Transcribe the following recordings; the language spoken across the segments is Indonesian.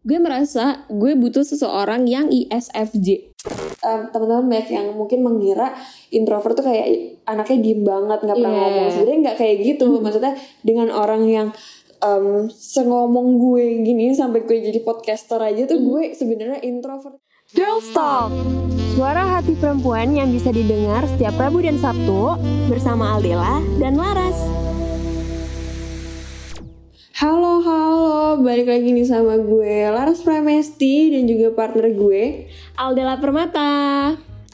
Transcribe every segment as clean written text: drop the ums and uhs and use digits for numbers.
gue merasa gue butuh seseorang yang ISFJ. Teman-teman banyak yang mungkin mengira introvert tuh kayak anaknya diem banget, nggak pernah ngomong. Sebenarnya nggak kayak gitu. Maksudnya dengan orang yang sengomong gue gini sampai gue jadi podcaster aja tuh gue sebenarnya introvert. Girls Talk, suara hati perempuan yang bisa didengar setiap Rabu dan Sabtu bersama Aldela dan Laras. Halo, balik lagi nih sama gue Laras Pramesti dan juga partner gue Aldela Permata.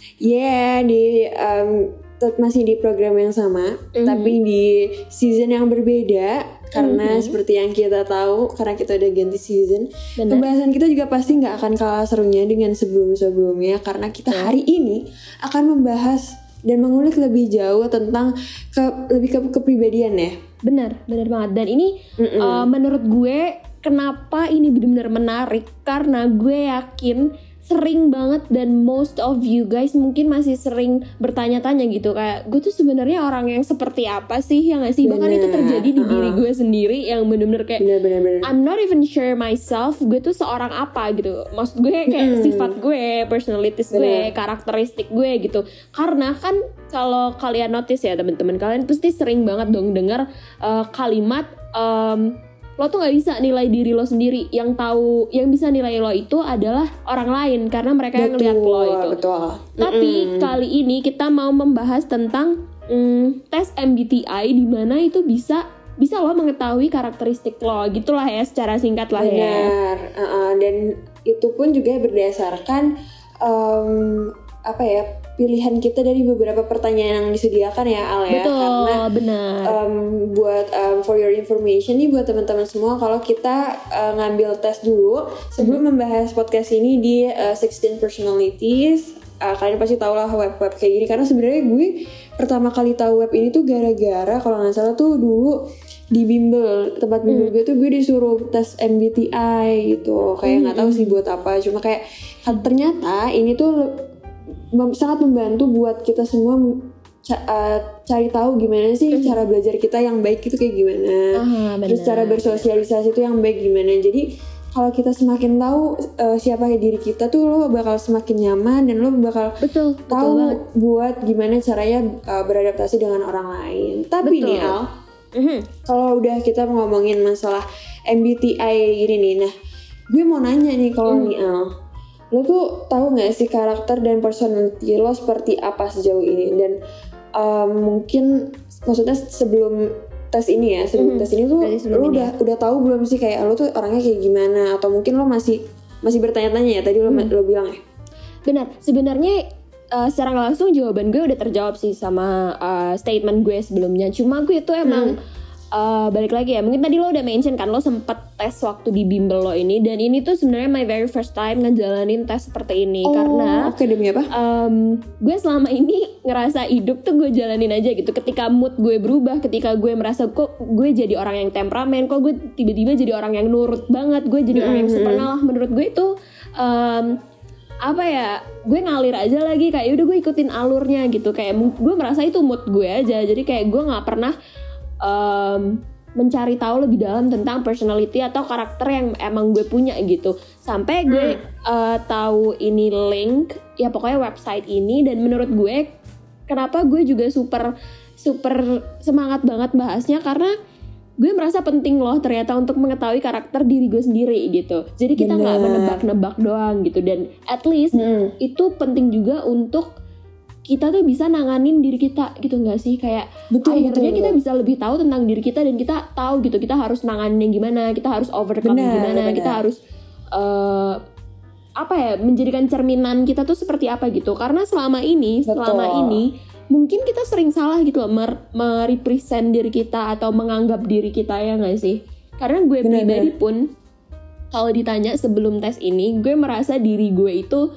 Masih di program yang sama, tapi di season yang berbeda karena seperti yang kita tahu, karena kita udah ganti season. Bener. Pembahasan kita juga pasti nggak akan kalah serunya dengan sebelum-sebelumnya karena kita hari ini akan membahas dan mengulik lebih jauh tentang lebih ke kepribadian ya. Benar banget. Dan ini menurut gue kenapa ini benar-benar menarik, karena gue yakin sering banget dan most of you guys mungkin masih sering bertanya-tanya gitu, kayak gue tuh sebenarnya orang yang seperti apa sih, ya nggak sih? Bahkan itu terjadi di diri gue sendiri yang benar-benar kayak bener. I'm not even sure myself, gue tuh seorang apa gitu. Maksud gue kayak sifat gue, personalities gue, karakteristik gue gitu. Karena kan kalau kalian notice ya teman-teman, kalian pasti sering banget dong dengar kalimat lo tuh nggak bisa nilai diri lo sendiri. Yang bisa nilai lo itu adalah orang lain karena mereka yang ngeliat lo itu. Betul. Tapi kali ini kita mau membahas tentang tes MBTI, di mana itu bisa lo mengetahui karakteristik lo, gitulah ya secara singkat lah. Benar. Dan itu pun juga berdasarkan pilihan kita dari beberapa pertanyaan yang disediakan ya, Al ya. Betul, karena benar. Buat for your information nih buat teman-teman semua, kalau kita ngambil tes dulu sebelum membahas podcast ini di 16 personalities. Kalian pasti tahu lah web-web kayak gini, karena sebenarnya gue pertama kali tahu web ini tuh gara-gara kalau nggak salah tuh dulu di bimbel, tempat bimbel gue tuh gue disuruh tes MBTI gitu. Kayak nggak tahu sih buat apa, cuma kayak ternyata ini tuh sangat membantu buat kita semua cari tahu gimana sih cara belajar kita yang baik itu kayak gimana. Terus cara bersosialisasi itu yang baik gimana. Jadi kalau kita semakin tahu siapa diri kita tuh, lo bakal semakin nyaman dan lo bakal tahu buat gimana caranya beradaptasi dengan orang lain. Tapi nih Al, kalau udah kita ngomongin masalah MBTI gini nih, nah gue mau nanya nih, kalau nih Al, lo tuh tahu nggak sih karakter dan personality lo seperti apa sejauh ini? Dan mungkin maksudnya sebelum tes ini ya, tes ini tuh lo udah tahu belum sih kayak lo tuh orangnya kayak gimana? Atau mungkin lo masih bertanya-tanya ya, tadi lo bilang ya? Benar, sebenarnya secara langsung jawaban gue udah terjawab sih sama statement gue sebelumnya. Cuma gue tuh emang balik lagi ya, mungkin tadi lo udah mention kan lo sempet tes waktu di bimbel lo ini, dan ini tuh sebenarnya my very first time ngejalanin tes seperti ini. Karena demi apa? Gue selama ini ngerasa hidup tuh gue jalanin aja gitu. Ketika mood gue berubah, ketika gue merasa kok gue jadi orang yang temperamen, kok gue tiba-tiba jadi orang yang nurut banget, gue jadi orang yang super ngalah. Menurut gue itu gue ngalir aja lagi, kayak udah gue ikutin alurnya gitu. Kayak gue merasa itu mood gue aja. Jadi kayak gue nggak pernah mencari tahu lebih dalam tentang personality atau karakter yang emang gue punya gitu. Sampai gue tahu ini link, ya pokoknya website ini, dan menurut gue kenapa gue juga super semangat banget bahasnya, karena gue merasa penting loh ternyata untuk mengetahui karakter diri gue sendiri gitu. Jadi kita nggak menebak-nebak doang gitu, dan at least itu penting juga untuk kita tuh bisa nanganin diri kita gitu, nggak sih? Kayak akhirnya kita bisa lebih tahu tentang diri kita, dan kita tahu gitu kita harus nanganin gimana, kita harus overcome gimana, kita harus menjadikan cerminan kita tuh seperti apa gitu. Karena selama ini mungkin kita sering salah gitu loh merepresent diri kita atau menganggap diri kita, ya nggak sih? Karena gue pribadi pun kalau ditanya sebelum tes ini, gue merasa diri gue itu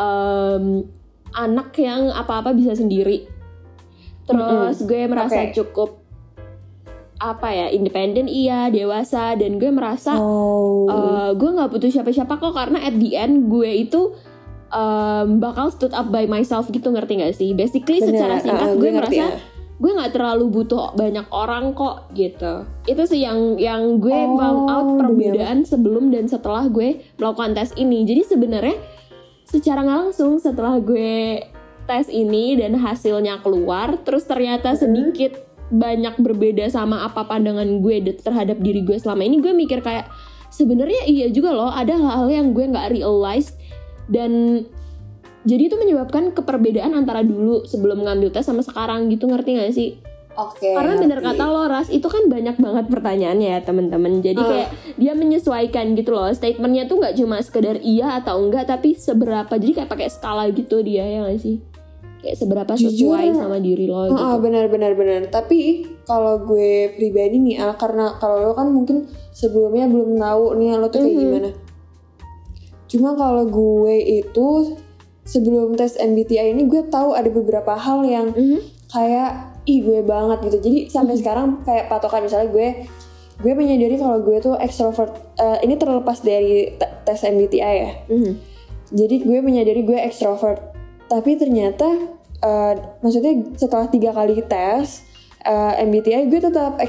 anak yang apa-apa bisa sendiri. Terus gue merasa cukup independen, dewasa, dan gue merasa gue nggak butuh siapa-siapa kok, karena at the end gue itu bakal stood up by myself gitu, ngerti nggak sih? Basically secara singkat gue merasa gue nggak terlalu butuh banyak orang kok gitu. Itu sih yang gue found out perbedaan sebelum dan setelah gue melakukan tes ini. Jadi sebenarnya secara nggak langsung setelah gue tes ini dan hasilnya keluar, terus ternyata sedikit banyak berbeda sama apa pandangan gue terhadap diri gue selama ini, gue mikir kayak sebenarnya iya juga loh, ada hal-hal yang gue nggak realize, dan jadi itu menyebabkan keperbedaan antara dulu sebelum ngambil tes sama sekarang gitu, ngerti gak sih? Oke. Karena bener kata lo Ras, itu kan banyak banget pertanyaannya ya teman-teman. Jadi kayak dia menyesuaikan gitu loh. Statementnya tuh nggak cuma sekedar iya atau enggak, tapi seberapa. Jadi kayak pakai skala gitu dia, ya nggak sih? Kayak seberapa sesuai sama diri lo gitu. Benar. Tapi kalau gue pribadi nih, karena kalau lo kan mungkin sebelumnya belum tahu nih lo tuh kayak gimana. Cuma kalau gue itu sebelum tes MBTI ini gue tahu ada beberapa hal yang kayak gue banget gitu. Jadi sampai sekarang kayak patokan, misalnya gue menyadari kalau gue tuh extrovert. Ini terlepas dari tes MBTI ya. Jadi gue menyadari gue extrovert. Tapi ternyata maksudnya setelah 3 kali tes MBTI gue tetap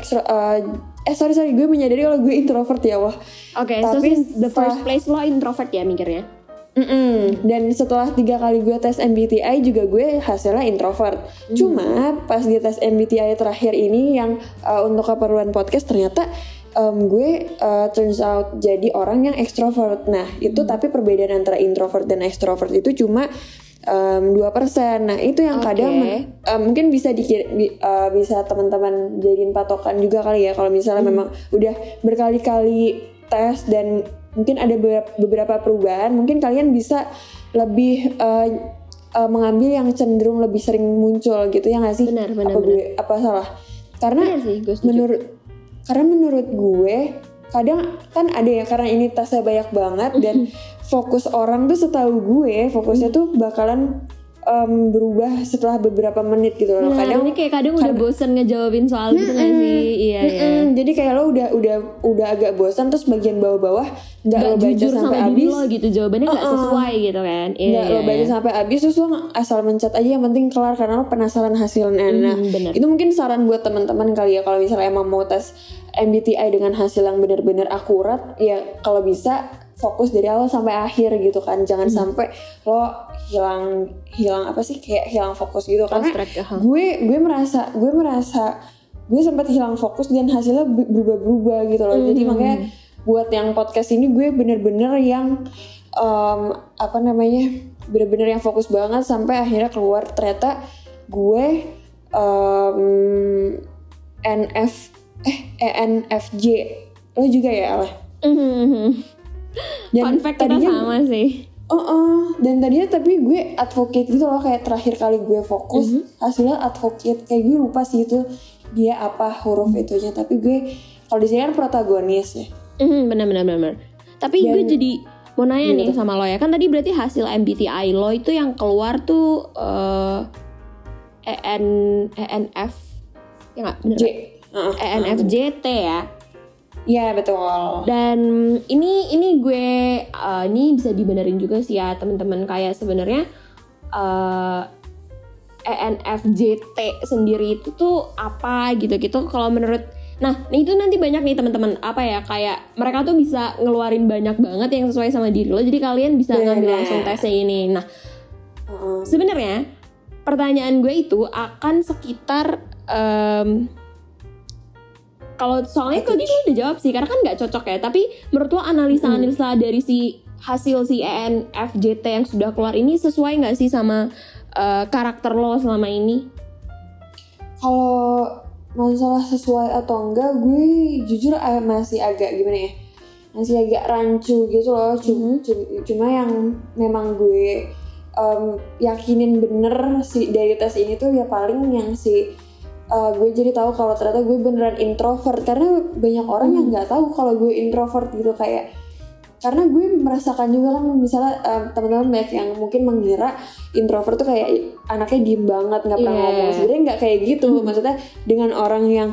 gue menyadari kalau gue introvert ya wah. Oke, so since the first place lo introvert ya mikirnya. Dan setelah 3 kali gue tes MBTI juga gue hasilnya introvert. Cuma pas di tes MBTI terakhir ini yang untuk keperluan podcast ternyata gue turns out jadi orang yang extrovert. Nah itu tapi perbedaan antara introvert dan extrovert itu cuma 2%. Nah itu yang kadang mungkin bisa bisa teman-teman jadiin patokan juga kali ya, kalau misalnya memang udah berkali-kali tes dan mungkin ada beberapa perubahan, mungkin kalian bisa lebih mengambil yang cenderung lebih sering muncul gitu ya nggak sih? Benar. Apa salah? Karena menurut gue kadang kan ada ya, karena ini tasnya banyak banget dan fokus orang tuh setahu gue fokusnya tuh bakalan berubah setelah beberapa menit gitu loh. Kadang udah bosan ngejawabin soal gitu nggak sih? Iya. Jadi kayak lo udah agak bosan, terus bagian bawah-bawah nggak lo baca sampai habis lo gitu, jawabannya nggak sesuai gitu kan? Nggak lo baca sampai habis, terus lo asal mencet aja yang penting kelar karena lo penasaran hasilnya. Nah itu mungkin saran buat teman-teman kali ya, kalau misalnya emang mau tes MBTI dengan hasil yang benar-benar akurat, ya kalau bisa fokus dari awal sampai akhir gitu kan, jangan sampai lo hilang kayak hilang fokus gitu. Karena gue merasa gue sempat hilang fokus dan hasilnya berubah-berubah gitu loh. Jadi makanya buat yang podcast ini gue bener-bener yang bener-bener yang fokus banget sampai akhirnya keluar ternyata gue ENFJ. Lo juga ya Alah? Fun fact kita sama sih. Dan tadinya tapi gue advocate gitu loh, kayak terakhir kali gue fokus hasilnya advocate, kayak gue lupa sih itu dia apa huruf itunya, tapi gue kalau di sini kan protagonis ya. Benar. Tapi gue jadi mau nanya nih sama lo ya, kan tadi berarti hasil MBTI lo itu yang keluar tuh ENF ya nggak benar? ENFJT ya. Iya betul. Dan ini gue ini bisa dibenerin juga sih ya teman-teman, kayak sebenarnya ENFJT sendiri itu tuh apa gitu kalau menurut, nah itu nanti banyak nih teman-teman apa ya, kayak mereka tuh bisa ngeluarin banyak banget yang sesuai sama diri lo, jadi kalian bisa ngambil langsung tesnya ini. Nah sebenarnya pertanyaan gue itu akan sekitar kalau soalnya tadi lo udah jawab sih, karena kan nggak cocok ya. Tapi menurut lo analisa dari hasil si ENFJT yang sudah keluar ini sesuai nggak sih sama karakter lo selama ini? Kalau masalah sesuai atau enggak, gue jujur masih agak gimana ya, masih agak rancu gitu loh. Cuma yang memang gue yakinin bener sih dari tes ini tuh ya paling yang gue jadi tahu kalau ternyata gue beneran introvert, karena banyak orang yang nggak tahu kalau gue introvert gitu, kayak karena gue merasakan juga kan misalnya teman-teman banyak yang mungkin mengira introvert tuh kayak anaknya diem banget nggak pernah ngomong, sebenarnya nggak kayak gitu. Maksudnya dengan orang yang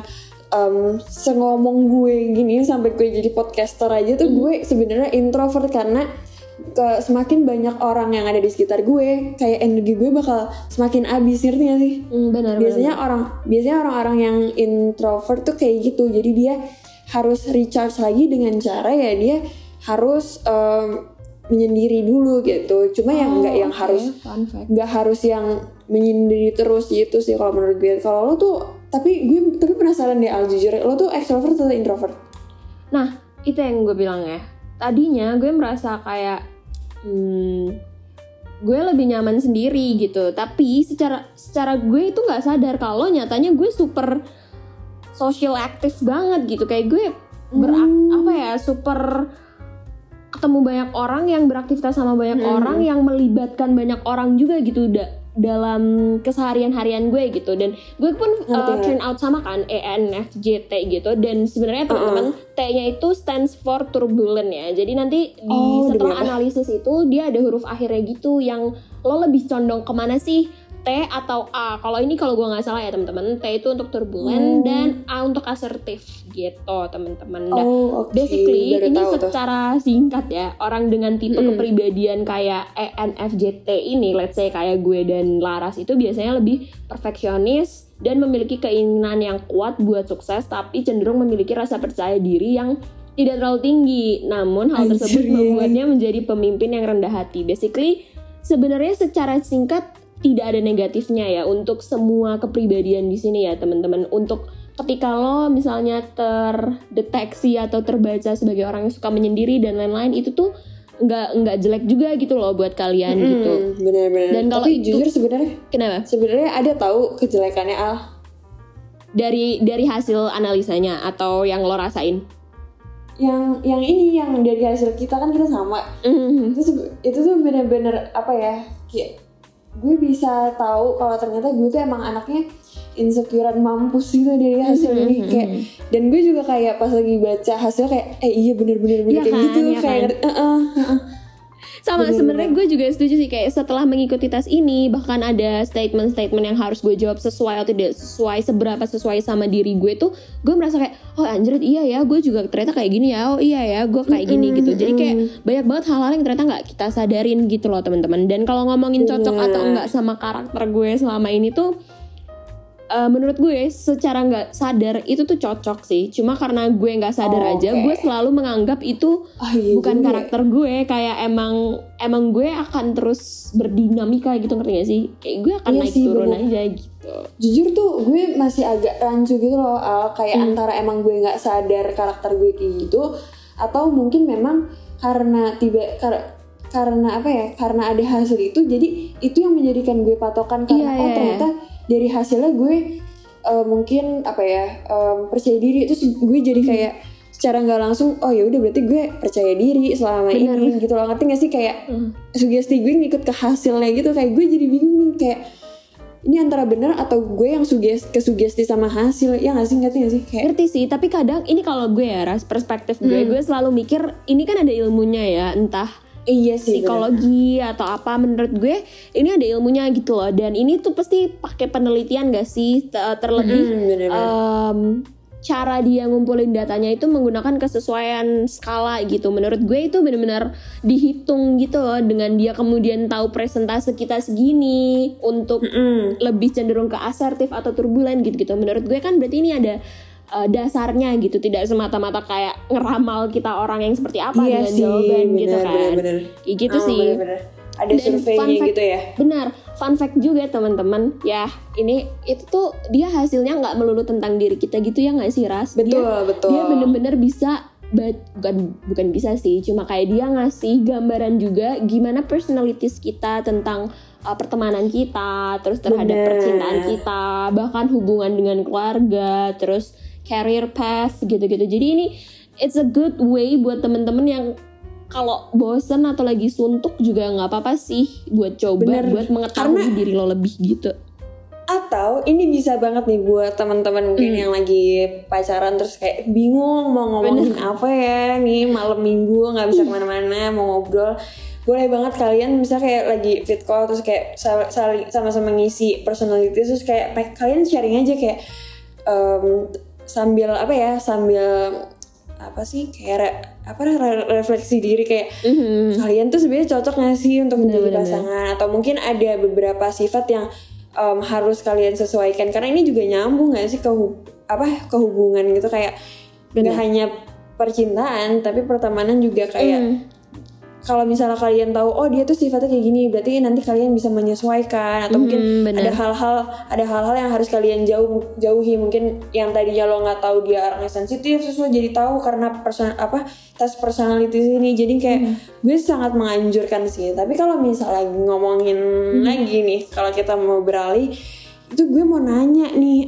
sengomong gue gini sampai gue jadi podcaster aja tuh gue sebenarnya introvert, karena semakin banyak orang yang ada di sekitar gue, kayak energi gue bakal semakin habis, ngerti gak sih? Benar. Biasanya orang-orang yang introvert tuh kayak gitu. Jadi dia harus recharge lagi dengan cara ya dia harus menyendiri dulu gitu. Cuma yang nggak harus yang menyendiri terus gitu sih kalau menurut gue. Kalau lo tuh tapi penasaran deh Al, jujur lo tuh extrovert atau introvert? Nah itu yang gue bilang ya. Tadinya gue merasa kayak gue lebih nyaman sendiri gitu. Tapi secara gue itu nggak sadar kalau nyatanya gue super social active banget gitu. Kayak gue super ketemu banyak orang, yang beraktivitas sama banyak orang, yang melibatkan banyak orang juga gitu dalam keseharian harian gue gitu. Dan gue pun turn out sama kan ENFJT gitu. Dan sebenarnya teman-teman T-nya itu stands for turbulent ya. Jadi nanti setelah analisis itu dia ada huruf akhirnya gitu yang lo lebih condong kemana sih, T atau A. Kalau gue nggak salah ya teman-teman, T itu untuk turbulent dan A untuk asertif gitu teman-teman. Basically ini secara singkat ya, orang dengan tipe kepribadian kayak ENFJT ini, let's say kayak gue dan Laras itu biasanya lebih perfeksionis dan memiliki keinginan yang kuat buat sukses, tapi cenderung memiliki rasa percaya diri yang tidak terlalu tinggi. Namun hal tersebut membuatnya menjadi pemimpin yang rendah hati. Basically sebenarnya secara singkat tidak ada negatifnya ya untuk semua kepribadian di sini ya teman-teman. Untuk ketika lo misalnya terdeteksi atau terbaca sebagai orang yang suka menyendiri dan lain-lain, itu tuh nggak jelek juga gitu loh buat kalian gitu. Benar-benar. Dan kalau tapi jujur sebenarnya kenapa? Sebenarnya ada tahu kejelekannya Al. Dari hasil analisanya atau yang lo rasain? Yang dari hasil kita kan kita sama. Itu tuh benar-benar apa ya? Kayak gue bisa tahu kalau ternyata gue tuh emang anaknya insecurean mampus gitu dari hasil ini kayak. Dan gue juga kayak pas lagi baca hasil kayak iya bener-bener ya kayak kan, gitu ya kayak kan? Sama sebenarnya gue juga setuju sih, kayak setelah mengikuti tes ini bahkan ada statement-statement yang harus gue jawab sesuai atau tidak sesuai, seberapa sesuai sama diri gue tuh gue merasa kayak oh anjir iya ya gue juga ternyata kayak gini ya, oh iya ya gue kayak gini gitu. Jadi kayak banyak banget hal-hal yang ternyata nggak kita sadarin gitu loh teman-teman. Dan kalau ngomongin cocok atau enggak sama karakter gue selama ini tuh menurut gue secara nggak sadar itu tuh cocok sih. Cuma karena gue nggak sadar aja, gue selalu menganggap itu bukan karakter gue. Kayak emang gue akan terus berdinamika gitu, ngerti gak sih? Kayak gue akan naik turun aja gitu. Jujur tuh gue masih agak rancu gitu loh Al. Kayak antara emang gue nggak sadar karakter gue kayak gitu, atau mungkin memang karena karena apa ya? Karena ada hasil itu, jadi itu yang menjadikan gue patokan karena ternyata dari hasilnya gue mungkin apa ya percaya diri. Terus gue jadi kayak secara nggak langsung oh ya udah berarti gue percaya diri selama ini gitu loh, ngerti nggak sih? Kayak sugesti gue ngikut ke hasilnya gitu. Kayak gue jadi bingung nih, kayak ini antara benar atau gue yang kesugesti sama hasil, ya nggak sih? Ngerti nggak sih? Kayak ngerti sih, tapi kadang ini kalau gue ya perspektif gue selalu mikir ini kan ada ilmunya ya, entah iya sih, psikologi bener. Atau apa, menurut gue ini ada ilmunya gitu loh. Dan ini tuh pasti pakai penelitian gak sih? Terlebih cara dia ngumpulin datanya itu menggunakan kesesuaian skala gitu. Menurut gue itu benar-benar dihitung gitu loh, dengan dia kemudian tahu presentase kita segini untuk lebih cenderung ke asertif atau turbulen gitu-gitu. Menurut gue kan berarti ini ada dasarnya gitu, tidak semata-mata kayak ngeramal kita orang yang seperti apa dengan jawaban gitu kan. Kayak gitu sih. Ada surveinya gitu ya. Benar. Fun fact juga teman-teman ya, itu tuh dia hasilnya nggak melulu tentang diri kita gitu ya nggak sih Ras? Betul. Dia bener-bener bisa bukan bisa sih, cuma kayak dia ngasih gambaran juga gimana personalities kita tentang pertemanan kita, terus terhadap percintaan kita, bahkan hubungan dengan keluarga, terus career path gitu-gitu. Jadi ini it's a good way buat temen-temen yang kalau bosen atau lagi suntuk juga nggak apa-apa sih buat coba, buat mengetahui diri lo lebih gitu. Atau ini bisa banget nih buat teman-teman mungkin yang lagi pacaran terus kayak bingung mau ngomongin apa ya nih malam minggu, nggak bisa kemana-mana mau ngobrol. Boleh banget kalian misalnya kayak lagi fit call terus kayak saling sama-sama ngisi personality, terus kayak kalian sharing aja kayak sambil apa sih kayak refleksi diri kayak kalian tuh sebenarnya cocok nggak sih untuk menjadi pasangan, atau mungkin ada beberapa sifat yang harus kalian sesuaikan, karena ini juga nyambung nggak sih ke hubungan gitu, kayak nggak hanya percintaan tapi pertemanan juga kayak kalau misalnya kalian tahu oh dia tuh sifatnya kayak gini, berarti nanti kalian bisa menyesuaikan, atau mungkin ada hal-hal yang harus kalian jauhi, mungkin yang tadinya lo nggak tahu dia orangnya sensitif, terus lo jadi tahu karena tes personality ini. Jadi kayak gue sangat menganjurkan sih. Tapi kalau misalnya ngomongin lagi nih, kalau kita mau beralih, itu gue mau nanya nih,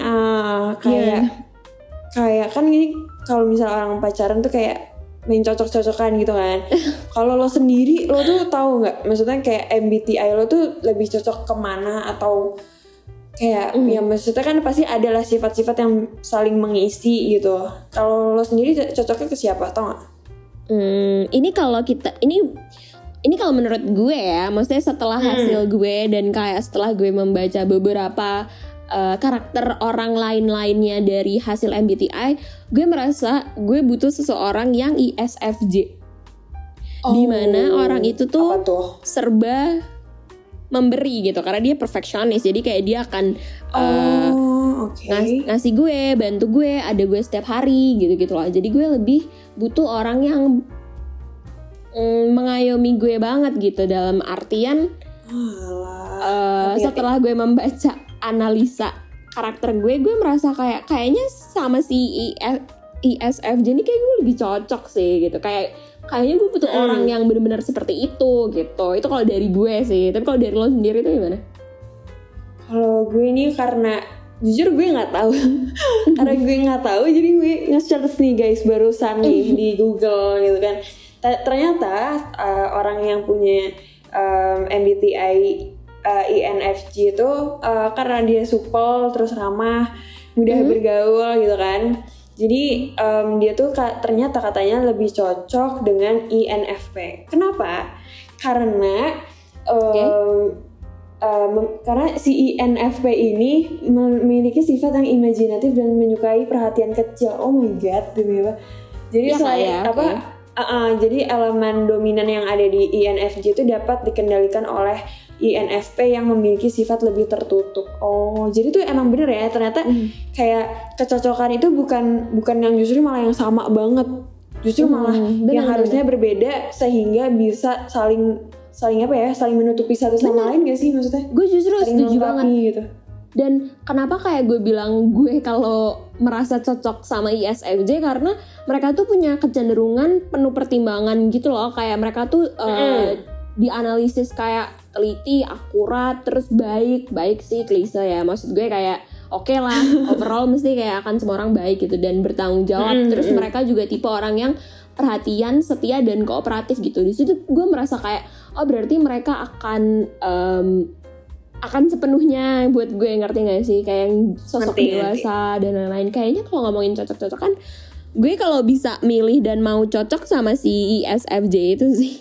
kayak kan ini kalau misalnya orang pacaran tuh kayak main cocok-cocokan gitu kan. Kalau lo sendiri, lo tuh tahu nggak? Maksudnya kayak MBTI lo tuh lebih cocok kemana, atau kayak ya maksudnya kan pasti adalah sifat-sifat yang saling mengisi gitu. Kalau lo sendiri cocoknya ke siapa, tau nggak? Ini kalau menurut gue ya, maksudnya setelah hasil gue dan kayak setelah gue membaca beberapa karakter orang lainnya dari hasil MBTI, gue merasa gue butuh seseorang yang ISFJ. Dimana orang itu tuh serba memberi gitu, karena dia perfeksionis. Jadi kayak dia akan ngasih gue, bantu gue, ada gue setiap hari gitu-gitu loh. Jadi gue lebih butuh orang yang mengayomi gue banget gitu, dalam artian setelah gue membaca analisa karakter gue merasa kayaknya sama si ISFJ ini kayak gue lebih cocok sih gitu. Kayaknya gue butuh orang yang benar-benar seperti itu gitu. Itu kalau dari gue sih. Tapi kalau dari lo sendiri itu gimana? Kalau gue ini karena jujur gue nggak tahu. Karena gue nggak tahu, jadi gue nge-search nih guys barusan nih di Google gitu kan. Ternyata orang yang punya MBTI INFJ itu karena dia supel, terus ramah, mudah bergaul gitu kan. Jadi dia tuh ternyata katanya lebih cocok dengan INFP. Kenapa? Karena karena si INFP ini memiliki sifat yang imajinatif dan menyukai perhatian kecil. Oh my god, demi apa? Jadi jadi elemen dominan yang ada di INFJ itu dapat dikendalikan oleh INFP yang memiliki sifat lebih tertutup. Oh, jadi tuh emang bener ya, ternyata kayak kecocokan itu bukan yang justru malah yang sama banget. Justru malah yang harusnya berbeda sehingga bisa saling menutupi satu sama lain gak sih maksudnya? Gue justru setuju banget gitu. Dan kenapa kayak gue bilang gue kalau merasa cocok sama ISFJ, karena mereka tuh punya kecenderungan penuh pertimbangan gitu loh. Kayak mereka tuh dianalisis kayak teliti, akurat, terus baik sih klise ya. Maksud gue kayak oke lah, overall mesti kayak akan semua orang baik gitu dan bertanggung jawab. Terus mereka juga tipe orang yang perhatian, setia, dan kooperatif gitu. Di situ gue merasa kayak oh berarti mereka akan sepenuhnya buat gue, ngerti gak sih? Kayak yang sosok dewasa dan lain-lain. Kayaknya kalau ngomongin cocok-cocok kan, gue kalau bisa milih dan mau cocok sama si ISFJ itu sih.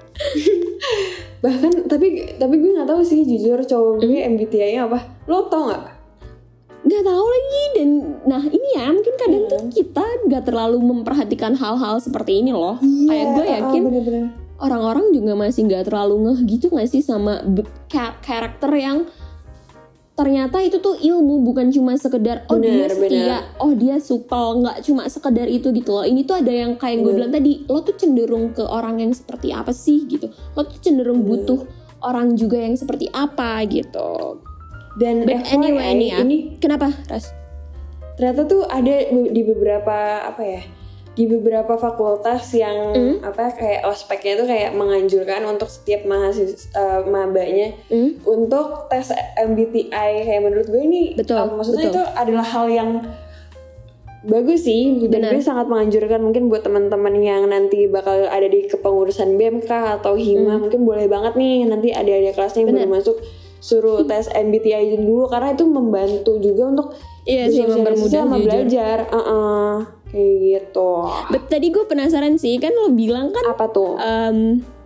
Bahkan tapi gue nggak tahu sih jujur cowok gue MBTI-nya apa. Lo tau nggak? Nggak tahu lagi. Dan nah ini ya mungkin kadang tuh kita nggak terlalu memperhatikan hal-hal seperti ini loh. Kayak gue yakin bener-bener. Orang-orang juga masih nggak terlalu ngeh gitu nggak sih sama karakter yang ternyata itu tuh ilmu, bukan cuma sekedar dia setia, dia supel, nggak cuma sekedar itu gitu loh. Ini tuh ada yang kayak gue bilang tadi, lo tuh cenderung ke orang yang seperti apa sih gitu, lo tuh cenderung butuh orang juga yang seperti apa gitu. Dan anyway ini kenapa Ras? Ternyata tuh ada di beberapa fakultas yang kayak ospeknya tuh kayak menganjurkan untuk setiap mabanya untuk tes MBTI. Kayak menurut gue ini maksudnya itu adalah hal yang bagus sih. Dan gue sangat menganjurkan mungkin buat teman-teman yang nanti bakal ada di kepengurusan BMK atau HIMA, mungkin boleh banget nih nanti ada kelasnya yang baru masuk suruh tes MBTI dulu, karena itu membantu juga untuk mempermudah sama belajar. Kayak gitu. Tadi gue penasaran sih, kan lo bilang kan apa tuh?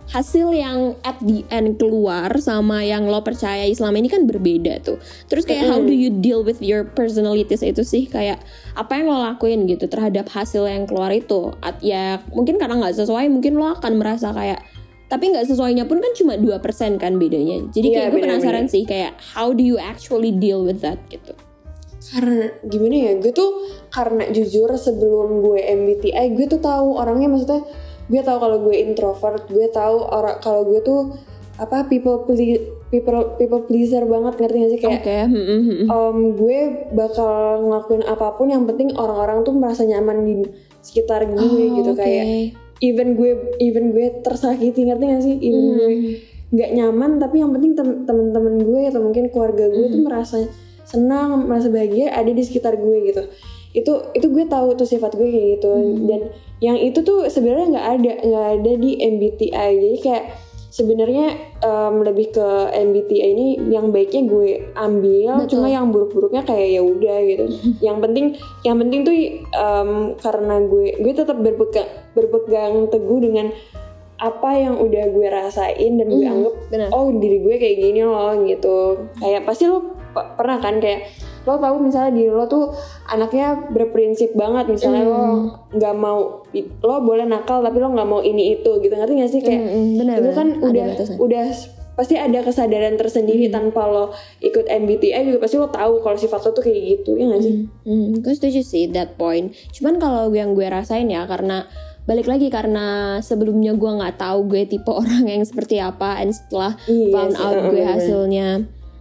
hasil yang at the end keluar sama yang lo percayai selama ini kan berbeda tuh. Terus kayak how do you deal with your personalities itu sih, kayak apa yang lo lakuin gitu terhadap hasil yang keluar itu. Ya mungkin karena nggak sesuai, mungkin lo akan merasa kayak, tapi nggak sesuainya pun kan cuma 2% kan bedanya. Jadi kayak gue penasaran sih kayak how do you actually deal with that gitu. Karena gimana ya, gue tuh karena jujur sebelum gue MBTI gue tuh tahu orangnya, maksudnya gue tahu kalau gue introvert, gue tahu orang kalau gue tuh apa people pleaser banget, ngerti gak sih kayak gue bakal ngelakuin apapun yang penting orang-orang tuh merasa nyaman di sekitar gue gitu. Kayak even gue tersakiti, ngerti gak sih, even gue nggak nyaman tapi yang penting teman-teman gue atau mungkin keluarga gue tuh merasa senang, merasa bahagia ada di sekitar gue gitu. Itu gue tahu tuh sifat gue kayak gitu. Dan yang itu tuh sebenarnya nggak ada di MBTI. Jadi kayak sebenarnya lebih ke MBTI ini yang baiknya gue ambil. Betul. Cuma yang buruk-buruknya kayak ya udah gitu. yang penting tuh karena gue tetap berpegang teguh dengan apa yang udah gue rasain dan gue anggap oh diri gue kayak gini loh gitu. Kayak pasti lo pernah kan kayak lo tahu misalnya diri lo tuh anaknya berprinsip banget, misalnya lo nggak mau, lo boleh nakal tapi lo nggak mau ini itu gitu, ngerti nggak sih kayak itu kan udah pasti ada kesadaran tersendiri tanpa lo ikut MBTI juga pasti lo tahu kalau sifat lo tuh kayak gitu, ya nggak sih? Gue setuju sih that point. Cuman kalau yang gue rasain ya, karena balik lagi karena sebelumnya gue nggak tahu gue tipe orang yang seperti apa, and setelah found out gue hasilnya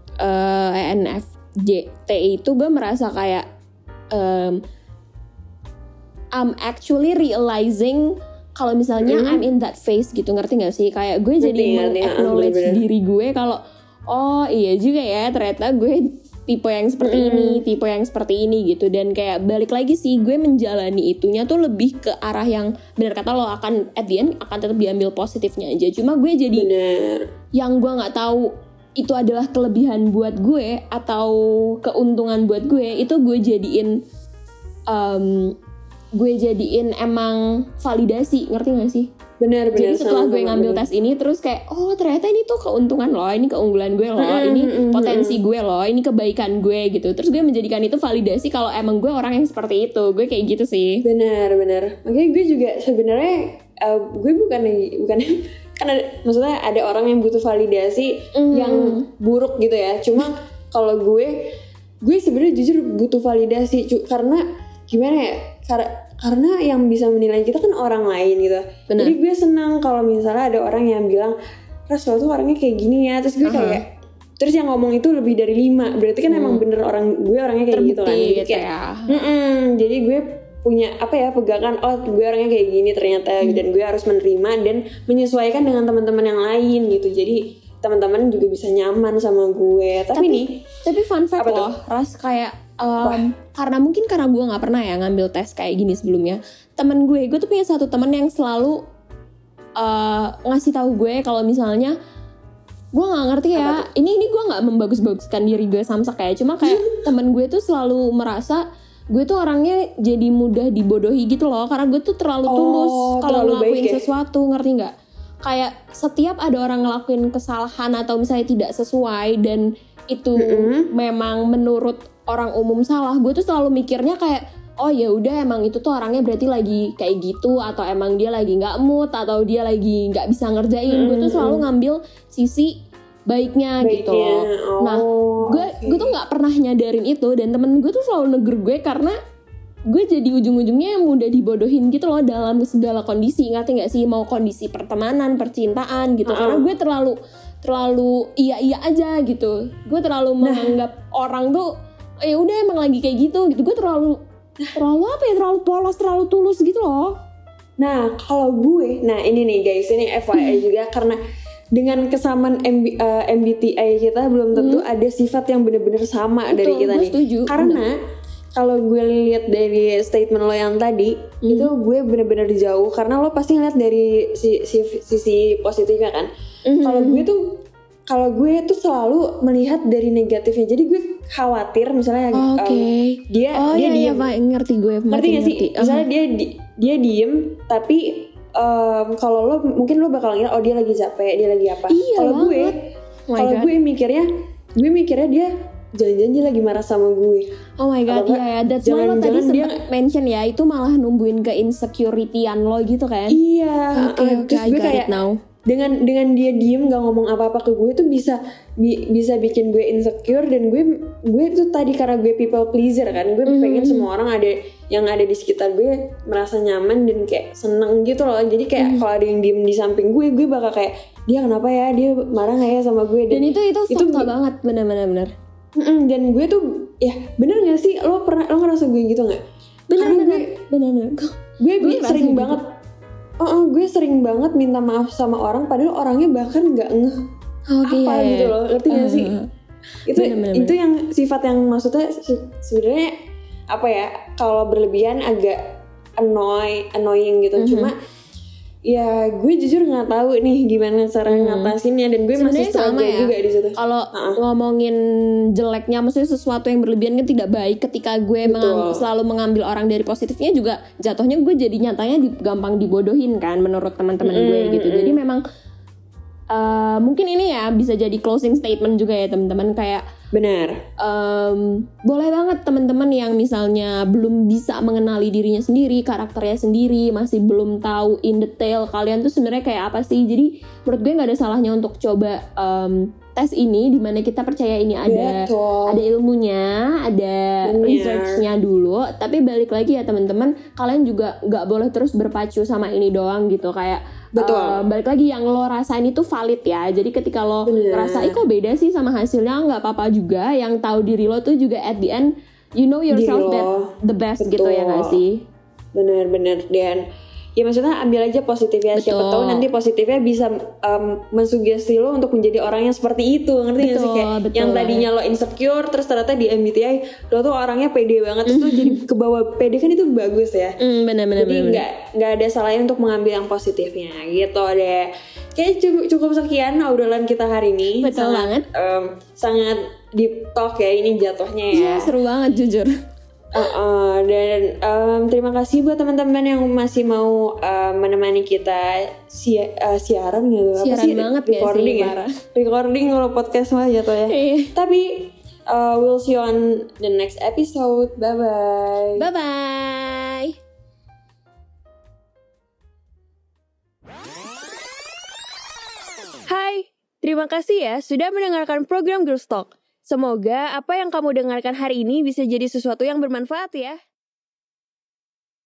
ENFJ itu gue merasa kayak I'm actually realizing kalau misalnya I'm in that phase gitu, ngerti gak sih? Kayak gue jadi acknowledge diri gue kalau oh iya juga ya ternyata gue tipe yang seperti ini, tipe yang seperti ini gitu. Dan kayak balik lagi sih, gue menjalani itunya tuh lebih ke arah yang benar kata lo akan at the end akan tetap diambil positifnya aja. Cuma gue jadi yang gue nggak tahu itu adalah kelebihan buat gue atau keuntungan buat gue, itu gue jadiin emang validasi, ngerti gak sih? Benar. Jadi setelah gue ngambil tes ini terus kayak oh ternyata ini tuh keuntungan lo, ini keunggulan gue lo, ini potensi gue lo, ini kebaikan gue gitu. Terus gue menjadikan itu validasi kalau emang gue orang yang seperti itu. Gue kayak gitu sih. Benar. Makanya gue juga sebenarnya gue bukan kan maksudnya ada orang yang butuh validasi yang buruk gitu ya. Cuma kalau gue sebenarnya jujur butuh validasi karena gimana ya? Karena yang bisa menilai kita kan orang lain gitu. Bener. Jadi gue senang kalau misalnya ada orang yang bilang, Ras lo tuh orangnya kayak gini ya. Terus gue kayak, terus yang ngomong itu lebih dari 5. Berarti kan emang bener gue orangnya kayak gitu kan. Gitu kayak, ya. Jadi gue punya pegangan, oh gue orangnya kayak gini ternyata. Dan gue harus menerima dan menyesuaikan dengan teman-teman yang lain gitu. Jadi teman-teman juga bisa nyaman sama gue. Tapi fun fact loh, Ras kayak karena gue nggak pernah ya ngambil tes kayak gini sebelumnya. Temen gue tuh punya satu temen yang selalu ngasih tahu gue kalau misalnya gue nggak ngerti ya. Ini gue nggak membagus-baguskan diri gue samsak ya. Cuma kayak temen gue tuh selalu merasa gue tuh orangnya jadi mudah dibodohi gitu loh. Karena gue tuh terlalu tulus kalau ngelakuin sesuatu, ngerti nggak? Kayak setiap ada orang ngelakuin kesalahan atau misalnya tidak sesuai dan itu memang menurut orang umum salah, gue tuh selalu mikirnya kayak oh ya udah emang itu tuh orangnya berarti lagi kayak gitu, atau emang dia lagi nggak mood, atau dia lagi nggak bisa ngerjain. Gue tuh selalu ngambil sisi baiknya gitu loh. Nah gue tuh nggak pernah nyadarin itu, dan temen gue tuh selalu negur gue karena gue jadi ujung-ujungnya yang mudah dibodohin gitu loh dalam segala kondisi, ngerti nggak sih? Mau kondisi pertemanan, percintaan gitu. Karena gue terlalu iya aja gitu. Gue terlalu menganggap orang tuh ya udah emang lagi kayak gitu. Gue terlalu terlalu polos, terlalu tulus gitu loh. Nah kalau gue, ini nih guys, ini FYI juga karena dengan kesamaan MBTI kita belum tentu ada sifat yang benar-benar sama. Betul, dari kita nih. Setuju, karena kalau gue lihat dari statement lo yang tadi, itu gue benar-benar jauh karena lo pasti ngeliat dari sisi positifnya kan. Kalau gue tuh selalu melihat dari negatifnya. Jadi gue khawatir misalnya dia diem. Ngerti gue. Ngerti gak sih? Misalnya dia diem tapi kalau lo mungkin lo bakal ngira oh dia lagi capek, dia lagi apa. Iya Kalau gue, banget. Oh my kalau God. gue mikirnya dia jangan-jangan dia lagi marah sama gue. Oh my God, Atau iya, that's why lo tadi jangan-jangan dia sempat mention ya, itu malah numbuhin ke insecurity-an lo gitu kan. Iya, Oke, terus I gue got kayak it now. dengan dia diem gak ngomong apa-apa ke gue tuh bisa bikin gue insecure. Dan gue tuh tadi karena gue people pleaser kan, gue pengen semua orang yang ada di sekitar gue merasa nyaman dan kayak seneng gitu loh. Jadi kayak kalau ada yang diem di samping gue bakal kayak dia kenapa ya, dia marah gak ya sama gue. Dan itu fakta banget, benar. Dan gue tuh ya bener gak sih, lo ngerasa gue gitu gak? Benar. Gue sering banget gue sering banget minta maaf sama orang padahal orangnya bahkan nggak ngeh gitu loh, ngerti gak sih? Itu yang sifat yang maksudnya sebenarnya apa ya, kalau berlebihan agak annoying gitu. Cuma ya gue jujur nggak tahu nih gimana cara ngatasinnya, dan gue sebenarnya masih struggle sama ya, juga di situ. Kalau ngomongin jeleknya, maksudnya sesuatu yang berlebihan kan tidak baik. Ketika gue selalu mengambil orang dari positifnya juga, jatuhnya gue jadi nyatanya gampang dibodohin kan menurut teman-teman gue gitu. Jadi memang mungkin ini ya bisa jadi closing statement juga ya teman-teman, kayak benar. Boleh banget teman-teman yang misalnya belum bisa mengenali dirinya sendiri, karakternya sendiri, masih belum tahu in detail kalian tuh sebenarnya kayak apa sih. Jadi menurut gue nggak ada salahnya untuk coba tes ini, dimana kita percaya ini ada ilmunya, ada researchnya dulu. Tapi balik lagi ya teman-teman, kalian juga nggak boleh terus berpacu sama ini doang gitu. Kayak balik lagi yang lo rasain itu valid ya. Jadi ketika lo ngerasa kok beda sih sama hasilnya, nggak apa-apa juga. Yang tahu diri lo tuh juga at the end you know yourself that the best. Betul. Gitu ya nggak sih? Bener. Dan ya maksudnya ambil aja positifnya. Siapa tahu nanti positifnya bisa mensugesti lo untuk menjadi orang yang seperti itu, ngerti gak sih? Kayak yang tadinya lo insecure terus ternyata di MBTI lo tuh orangnya pede banget, terus lo jadi ke bawah pede, kan itu bagus ya. Bener. Jadi nggak ada salahnya untuk mengambil yang positifnya gitu deh. Kayaknya cukup sekian obrolan kita hari ini. Betul banget. Sangat deep talk ya ini jatuhnya ya. Iya, seru banget jujur. Dan terima kasih buat teman-teman yang masih mau menemani kita siaran gitu. Siaran banget recording ya sih, recording kalau podcast mah jatuh ya. Tapi we'll see you on the next episode. Bye bye. Hai, terima kasih ya sudah mendengarkan program Girls Talk. Semoga apa yang kamu dengarkan hari ini bisa jadi sesuatu yang bermanfaat ya.